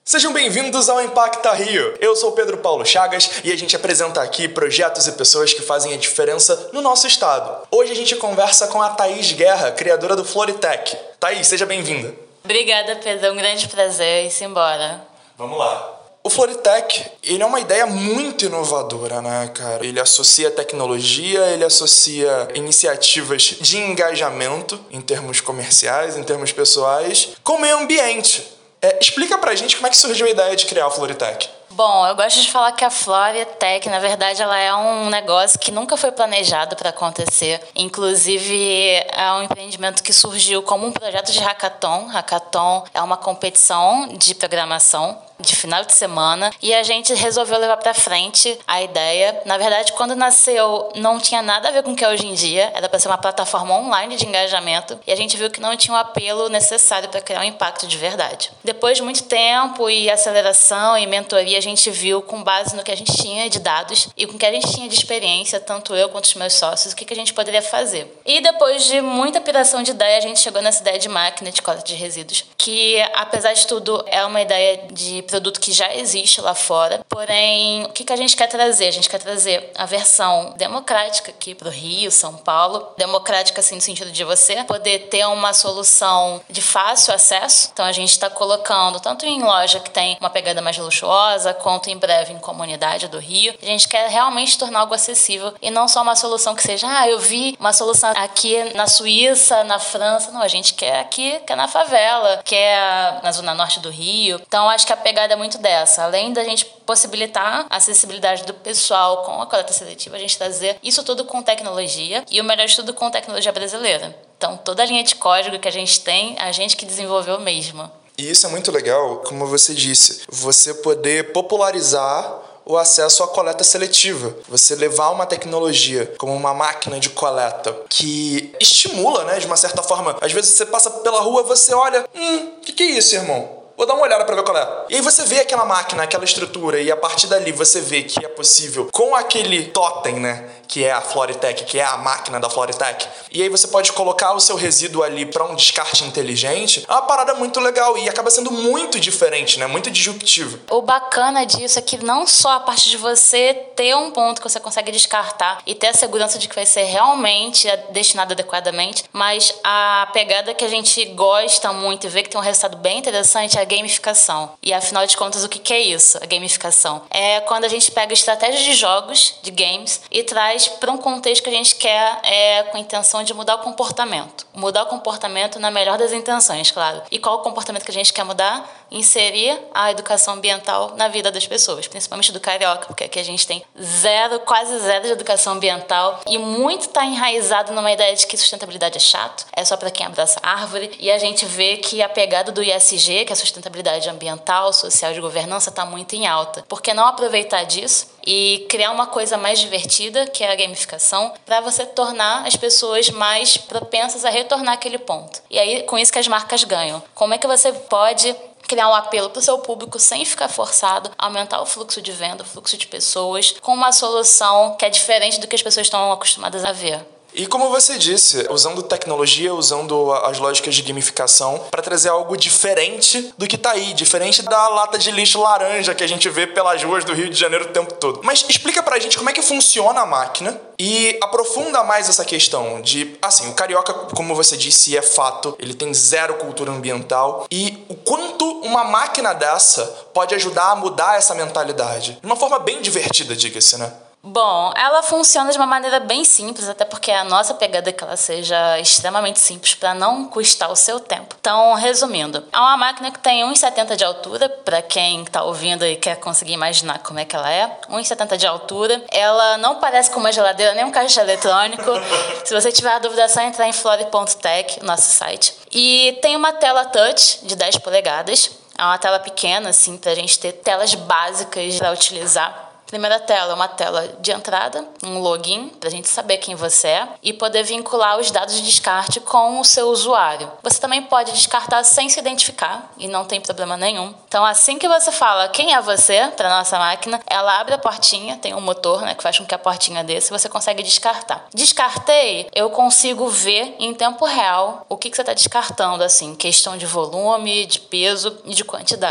Sejam bem-vindos ao Impacta Rio. Eu sou o Pedro Paulo Chagas e a gente apresenta aqui projetos e pessoas que fazem a diferença no nosso estado. Hoje a gente conversa com a Thaís Guerra, criadora do Floritech. Thaís, seja bem-vinda. Obrigada, Pedro. É um grande prazer. E simbora. Vamos lá. O Floritech, ele é uma ideia muito inovadora, né, cara? Ele associa tecnologia, ele associa iniciativas de engajamento em termos comerciais, em termos pessoais, com o meio ambiente. Explica pra gente como é que surgiu a ideia de criar o Floritech. Bom, eu gosto de falar que a Floritech, na verdade, ela é um negócio que nunca foi planejado para acontecer. Inclusive, é um empreendimento que surgiu como um projeto de hackathon. Hackathon é uma competição de programação de final de semana e a gente resolveu levar para frente a ideia. Na verdade, quando nasceu, não tinha nada a ver com o que é hoje em dia. Era para ser uma plataforma online de engajamento e a gente viu que não tinha o apelo necessário para criar um impacto de verdade. Depois de muito tempo e aceleração e mentoria, a gente viu, com base no que a gente tinha de dados e com o que a gente tinha de experiência, tanto eu quanto os meus sócios, o que a gente poderia fazer. E depois de muita piração de ideia, a gente chegou nessa ideia de máquina de coleta de resíduos, que, apesar de tudo, é uma ideia de produto que já existe lá fora. Porém, o que a gente quer trazer? A gente quer trazer a versão democrática aqui para o Rio, São Paulo. Democrática, assim, no sentido de você poder ter uma solução de fácil acesso. Então, a gente está colocando tanto em loja que tem uma pegada mais luxuosa, quanto em breve em comunidade do Rio. A gente quer realmente tornar algo acessível e não só uma solução que seja, eu vi uma solução aqui na Suíça, na França. Não, a gente quer aqui, quer na favela, quer na zona norte do Rio. Então, acho que a pegada é muito dessa. Além da gente possibilitar a acessibilidade do pessoal com a coleta seletiva, a gente trazer isso tudo com tecnologia e o melhor de tudo com tecnologia brasileira. Então, toda a linha de código que a gente tem, a gente que desenvolveu mesmo. E isso é muito legal, como você disse, você poder popularizar o acesso à coleta seletiva. Você levar uma tecnologia como uma máquina de coleta que estimula, né, de uma certa forma. Às vezes você passa pela rua, você olha, que é isso, irmão? Vou dar uma olhada para ver qual é. E aí você vê aquela máquina, aquela estrutura, e a partir dali você vê que é possível, com aquele totem, né, que é a Floritech, que é a máquina da Floritech, e aí você pode colocar o seu resíduo ali para um descarte inteligente. É uma parada muito legal e acaba sendo muito diferente, né, muito disruptivo. O bacana disso é que não só a parte de você ter um ponto que você consegue descartar e ter a segurança de que vai ser realmente destinado adequadamente, mas a pegada que a gente gosta muito e vê que tem um resultado bem interessante é gamificação. E afinal de contas, o que é isso, a gamificação? É quando a gente pega estratégias de jogos, de games, e traz para um contexto que a gente quer com a intenção de mudar o comportamento. Mudar o comportamento na melhor das intenções, claro. E qual o comportamento que a gente quer mudar? Inserir a educação ambiental na vida das pessoas, principalmente do carioca, porque aqui a gente tem quase zero de educação ambiental e muito está enraizado numa ideia de que sustentabilidade é chato, é só para quem abraça árvore, e a gente vê que a pegada do ESG, que é a sustentabilidade ambiental, social e de governança, está muito em alta. Por que não aproveitar disso e criar uma coisa mais divertida, que é a gamificação, para você tornar as pessoas mais propensas a retornar àquele ponto. E aí, com isso que as marcas ganham. Como é que você pode criar um apelo para o seu público sem ficar forçado, aumentar o fluxo de venda, o fluxo de pessoas, com uma solução que é diferente do que as pessoas estão acostumadas a ver? E como você disse, usando tecnologia, usando as lógicas de gamificação para trazer algo diferente do que tá aí, diferente da lata de lixo laranja que a gente vê pelas ruas do Rio de Janeiro o tempo todo. Mas explica pra gente como é que funciona a máquina e aprofunda mais essa questão de, assim, o carioca, como você disse, é fato, ele tem zero cultura ambiental e o quanto uma máquina dessa pode ajudar a mudar essa mentalidade. De uma forma bem divertida, diga-se, né? Bom, ela funciona de uma maneira bem simples, até porque a nossa pegada é que ela seja extremamente simples para não custar o seu tempo. Então, resumindo, é uma máquina que tem 1,70 de altura, para quem está ouvindo e quer conseguir imaginar como é que ela é, 1,70 de altura. Ela não parece com uma geladeira nem um caixa eletrônico. Se você tiver dúvida, é só entrar em flori.tech, nosso site. E tem uma tela touch de 10 polegadas. É uma tela pequena, assim, para a gente ter telas básicas para utilizar. Primeira tela é uma tela de entrada, um login, para a gente saber quem você é e poder vincular os dados de descarte com o seu usuário. Você também pode descartar sem se identificar e não tem problema nenhum. Então, assim que você fala quem é você para a nossa máquina, ela abre a portinha, tem um motor, né, que faz com que a portinha desça e você consegue descartar. Descartei, eu consigo ver em tempo real o que você está descartando, assim, questão de volume, de peso e de quantidade.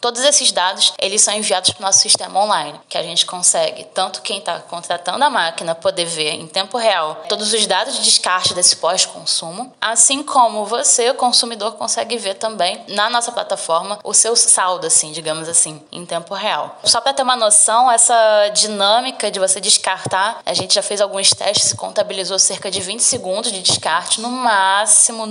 Todos esses dados, eles são enviados para o nosso sistema online, que a gente consegue, tanto quem está contratando a máquina, poder ver em tempo real todos os dados de descarte desse pós-consumo, assim como você, o consumidor, consegue ver também na nossa plataforma o seu saldo, assim, digamos assim, em tempo real. Só para ter uma noção, essa dinâmica de você descartar, a gente já fez alguns testes e contabilizou cerca de 20 segundos de descarte, no máximo,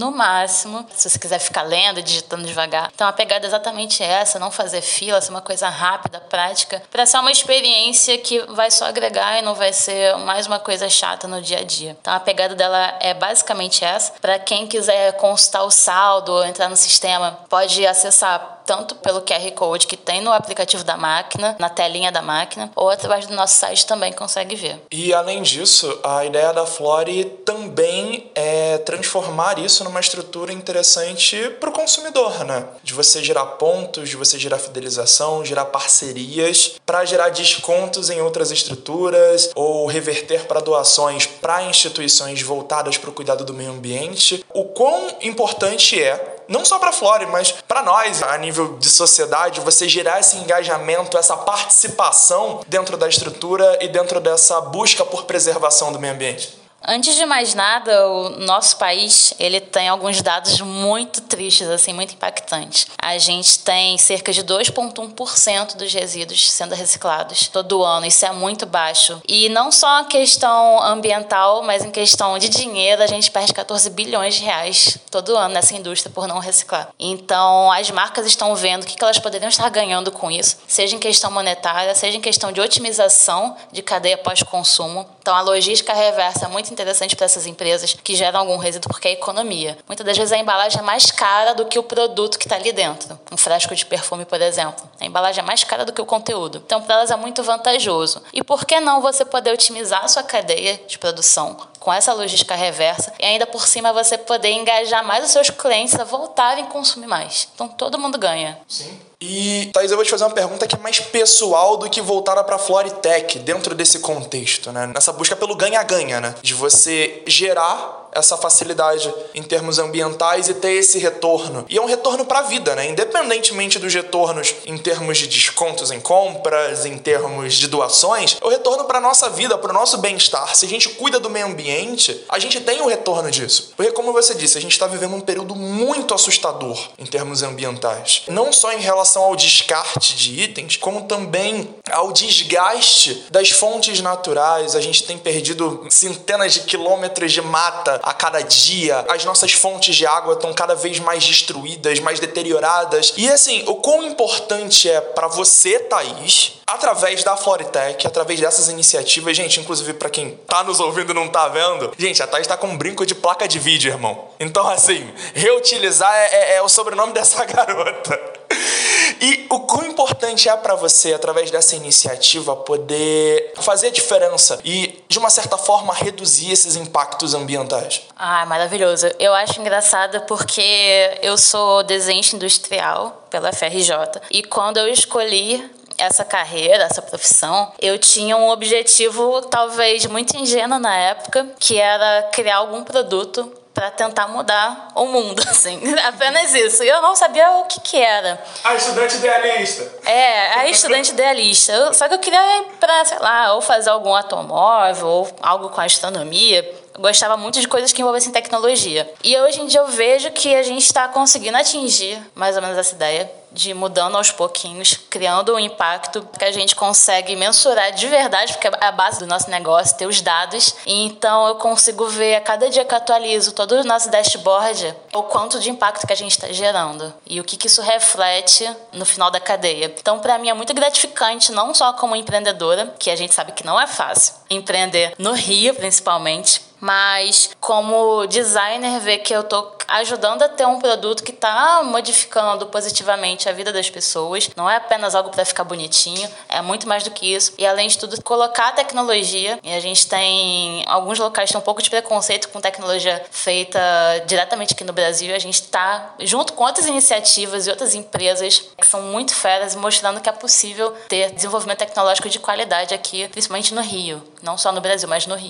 se você quiser ficar lendo e digitando devagar. Então a pegada é exatamente essa, não fazer fila, ser uma coisa rápida, prática, para ser uma experiência que vai só agregar e não vai ser mais uma coisa chata no dia a dia. Então a pegada dela é basicamente essa. Para quem quiser consultar o saldo ou entrar no sistema, pode acessar tanto pelo QR Code que tem no aplicativo da máquina, na telinha da máquina, ou através do nosso site também consegue ver. E além disso, a ideia da Flori também é transformar isso numa estrutura interessante para o consumidor, né? De você gerar pontos, de você gerar fidelização, gerar parcerias, para gerar descontos em outras estruturas ou reverter para doações para instituições voltadas para o cuidado do meio ambiente. O quão importante é, não só para a Flori, mas para nós, a nível de sociedade, você gerar esse engajamento, essa participação dentro da estrutura e dentro dessa busca por preservação do meio ambiente. Antes de mais nada, o nosso país, ele tem alguns dados muito tristes, assim, muito impactantes. A gente tem cerca de 2,1% dos resíduos sendo reciclados todo ano. Isso é muito baixo. E não só a questão ambiental, mas em questão de dinheiro, a gente perde 14 bilhões de reais todo ano nessa indústria por não reciclar. Então, as marcas estão vendo o que elas poderiam estar ganhando com isso, seja em questão monetária, seja em questão de otimização de cadeia pós-consumo. Então, a logística reversa é muito interessante para essas empresas que geram algum resíduo, porque é economia. Muitas das vezes a embalagem é mais cara do que o produto que está ali dentro. Um frasco de perfume, por exemplo. A embalagem é mais cara do que o conteúdo. Então, para elas é muito vantajoso. E por que não você poder otimizar a sua cadeia de produção com essa logística reversa e ainda por cima você poder engajar mais os seus clientes a voltarem a consumir mais? Então, todo mundo ganha. Sim. E, Thaís, eu vou te fazer uma pergunta que é mais pessoal do que voltada para a Floritec dentro desse contexto, né? Nessa busca pelo ganha-ganha, né? De você gerar essa facilidade em termos ambientais e ter esse retorno. E é um retorno para a vida, né? Independentemente dos retornos em termos de descontos em compras, em termos de doações, é o retorno para a nossa vida, para o nosso bem-estar. Se a gente cuida do meio ambiente, a gente tem o retorno disso. Porque, como você disse, a gente está vivendo um período muito assustador em termos ambientais. Não só em relação ao descarte de itens, como também ao desgaste das fontes naturais. A gente tem perdido centenas de quilômetros de mata a cada dia. As nossas fontes de água estão cada vez mais destruídas, mais deterioradas. E assim, o quão importante é para você, Thaís, através da Floritec, através dessas iniciativas, gente, inclusive para quem tá nos ouvindo e não tá vendo, gente, a Thaís tá com um brinco de placa de vídeo, irmão. Então, assim, reutilizar é o sobrenome dessa garota. E o quão importante é para você, através dessa iniciativa, poder fazer a diferença e, de uma certa forma, reduzir esses impactos ambientais? Ah, maravilhoso. Eu acho engraçado porque eu sou desenhista industrial pela FRJ e quando eu escolhi essa carreira, essa profissão, eu tinha um objetivo talvez muito ingênuo na época, que era criar algum produto para tentar mudar o mundo, assim. Apenas isso. E eu não sabia o que era. A estudante idealista. A estudante idealista. Só que eu queria ir para, sei lá, ou fazer algum automóvel, ou algo com astronomia. Eu gostava muito de coisas que envolvessem tecnologia. E hoje em dia eu vejo que a gente está conseguindo atingir mais ou menos essa ideia de mudando aos pouquinhos, criando um impacto que a gente consegue mensurar de verdade, porque é a base do nosso negócio, ter os dados. E então eu consigo ver a cada dia que eu atualizo todo o nosso dashboard o quanto de impacto que a gente está gerando e o que isso reflete no final da cadeia. Então, para mim é muito gratificante, não só como empreendedora, que a gente sabe que não é fácil empreender no Rio, principalmente, mas como designer, ver que eu estou ajudando a ter um produto que está modificando positivamente a vida das pessoas. Não é apenas algo para ficar bonitinho, é muito mais do que isso. E, além de tudo, colocar a tecnologia. E a gente tem alguns locais que têm um pouco de preconceito com tecnologia feita diretamente aqui no Brasil. A gente está, junto com outras iniciativas e outras empresas que são muito feras, mostrando que é possível ter desenvolvimento tecnológico de qualidade aqui, principalmente no Rio. Não só no Brasil, mas no Rio.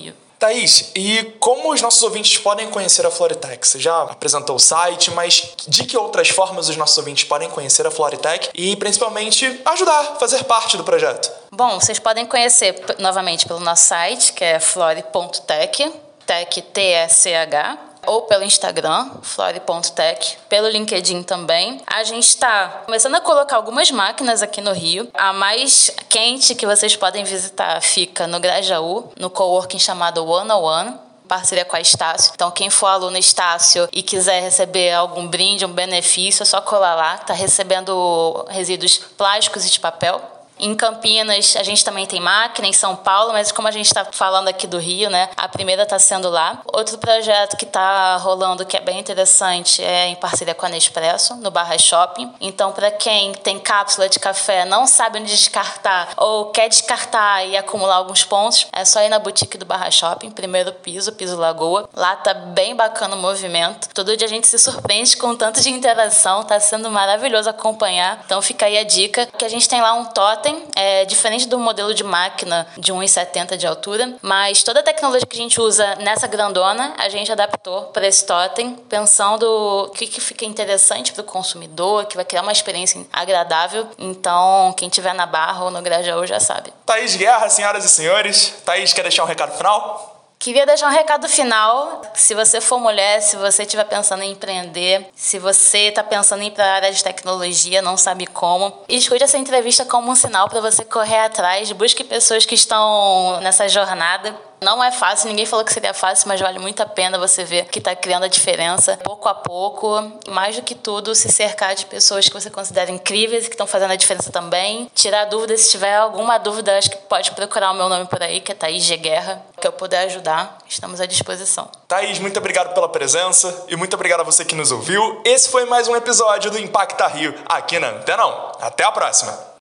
Thaís, e como os nossos ouvintes podem conhecer a Floritec? Você já apresentou o site, mas de que outras formas os nossos ouvintes podem conhecer a Floritec e, principalmente, ajudar, fazer parte do projeto? Bom, vocês podem conhecer novamente pelo nosso site, que é flori.tech, tech T-E-C-H, ou pelo Instagram, flori.tech, pelo LinkedIn também. A gente está começando a colocar algumas máquinas aqui no Rio. A mais quente que vocês podem visitar fica no Grajaú, no coworking chamado One on One, parceria com a Estácio. Então, quem for aluno Estácio e quiser receber algum brinde, um benefício, é só colar lá. Está recebendo resíduos plásticos e de papel. Em Campinas, a gente também tem máquina, em São Paulo, mas como a gente está falando aqui do Rio, né, a primeira está sendo lá. Outro projeto que está rolando, que é bem interessante, é em parceria com a Nespresso, no Barra Shopping. Então, para quem tem cápsula de café, não sabe onde descartar ou quer descartar e acumular alguns pontos, é só ir na boutique do Barra Shopping, primeiro piso, piso Lagoa. Lá tá bem bacana o movimento. Todo dia a gente se surpreende com tanto de interação, tá sendo maravilhoso acompanhar. Então, fica aí a dica, que a gente tem lá um totem. É diferente do modelo de máquina de 1,70 de altura, mas toda a tecnologia que a gente usa nessa grandona, a gente adaptou para esse totem, pensando o que fica interessante para o consumidor, que vai criar uma experiência agradável. Então, quem estiver na Barra ou no Grajaú já sabe. Thaís Guerra, senhoras e senhores. Thaís, quer deixar um recado final? Queria deixar um recado final. Se você for mulher, se você estiver pensando em empreender, se você está pensando em ir para a área de tecnologia, não sabe como, escute essa entrevista como um sinal para você correr atrás. Busque pessoas que estão nessa jornada. Não é fácil, ninguém falou que seria fácil, mas vale muito a pena você ver que está criando a diferença pouco a pouco. E mais do que tudo, se cercar de pessoas que você considera incríveis e que estão fazendo a diferença também. Tirar dúvidas, se tiver alguma dúvida, acho que pode procurar o meu nome por aí, que é Thaís G. Guerra, que eu puder ajudar, estamos à disposição. Thaís, muito obrigado pela presença e muito obrigado a você que nos ouviu. Esse foi mais um episódio do Impacta Rio, aqui na Antena 1. Até a próxima!